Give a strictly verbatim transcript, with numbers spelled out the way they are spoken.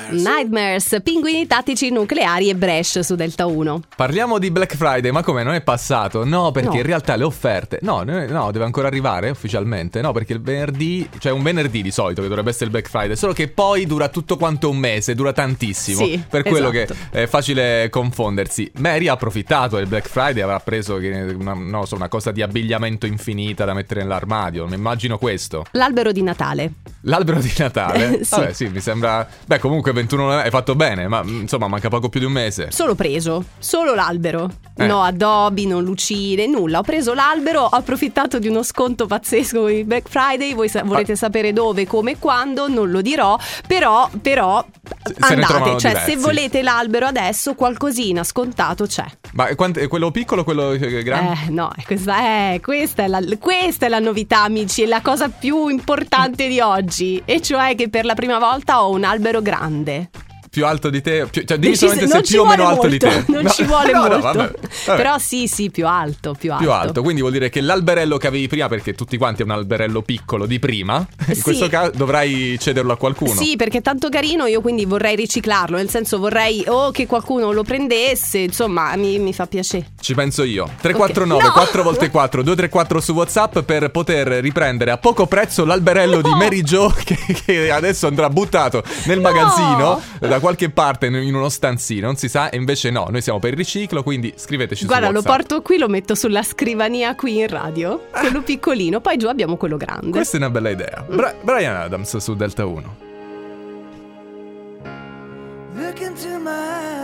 Nightmares, pinguini tattici nucleari e Bresh su Delta uno. Parliamo di Black Friday, ma come non è passato? No, perché No. in realtà le offerte no, no, no, deve ancora arrivare ufficialmente. No, perché il venerdì, cioè un venerdì di solito che dovrebbe essere il Black Friday, solo che poi dura tutto quanto un mese, dura tantissimo. Sì, per quello esatto. che è facile confondersi. Mary ha approfittato del Black Friday, avrà preso una, non so, una cosa di abbigliamento infinita da mettere nell'armadio. Mi immagino questo. L'albero di Natale. L'albero di Natale? Sì. Vabbè, sì, mi sembra. Beh, comunque ventuno novembre hai fatto bene, ma insomma manca poco più di un mese. Solo preso, solo l'albero. Eh. No addobbi, non lucine, nulla. Ho preso l'albero, ho approfittato di uno sconto pazzesco di Black Friday. Voi sa- volete Ah. sapere dove, come e quando, non lo dirò. Però, però Se- se ne andate, trovano cioè diversi. se volete l'albero adesso qualcosina scontato c'è. Ma è quant- è quello piccolo o quello eh, grande? Eh no, è questa, è, questa, è la, questa è la novità, amici, è la cosa più importante di oggi. E cioè che per la prima volta ho un albero grande. Più alto di te? Più, cioè, dimmi Decis- solamente se non è ci più o meno vuole alto di molto, te. non No, ci vuole no, no, molto. vabbè, vabbè. Però sì, sì, più alto, più alto. Più alto, quindi vuol dire che l'alberello che avevi prima, perché tutti quanti è un alberello piccolo di prima, in Sì. questo caso dovrai cederlo a qualcuno. Sì, perché è tanto carino, io quindi vorrei riciclarlo, nel senso vorrei o che qualcuno lo prendesse, insomma, mi, mi fa piacere. Ci penso io. tre quattro nove No! quattro volte quattro due tre quattro su WhatsApp per poter riprendere a poco prezzo l'alberello di Mary Jo che, che adesso andrà buttato nel No! magazzino da qualche parte in uno stanzino, non si sa, e invece no, noi siamo per il riciclo, quindi scriveteci Guarda, su lo WhatsApp. porto qui, lo metto sulla scrivania qui in radio, quello piccolino, poi giù abbiamo quello grande. Questa è una bella idea. Bra- Brian Adams su Delta uno. Look into my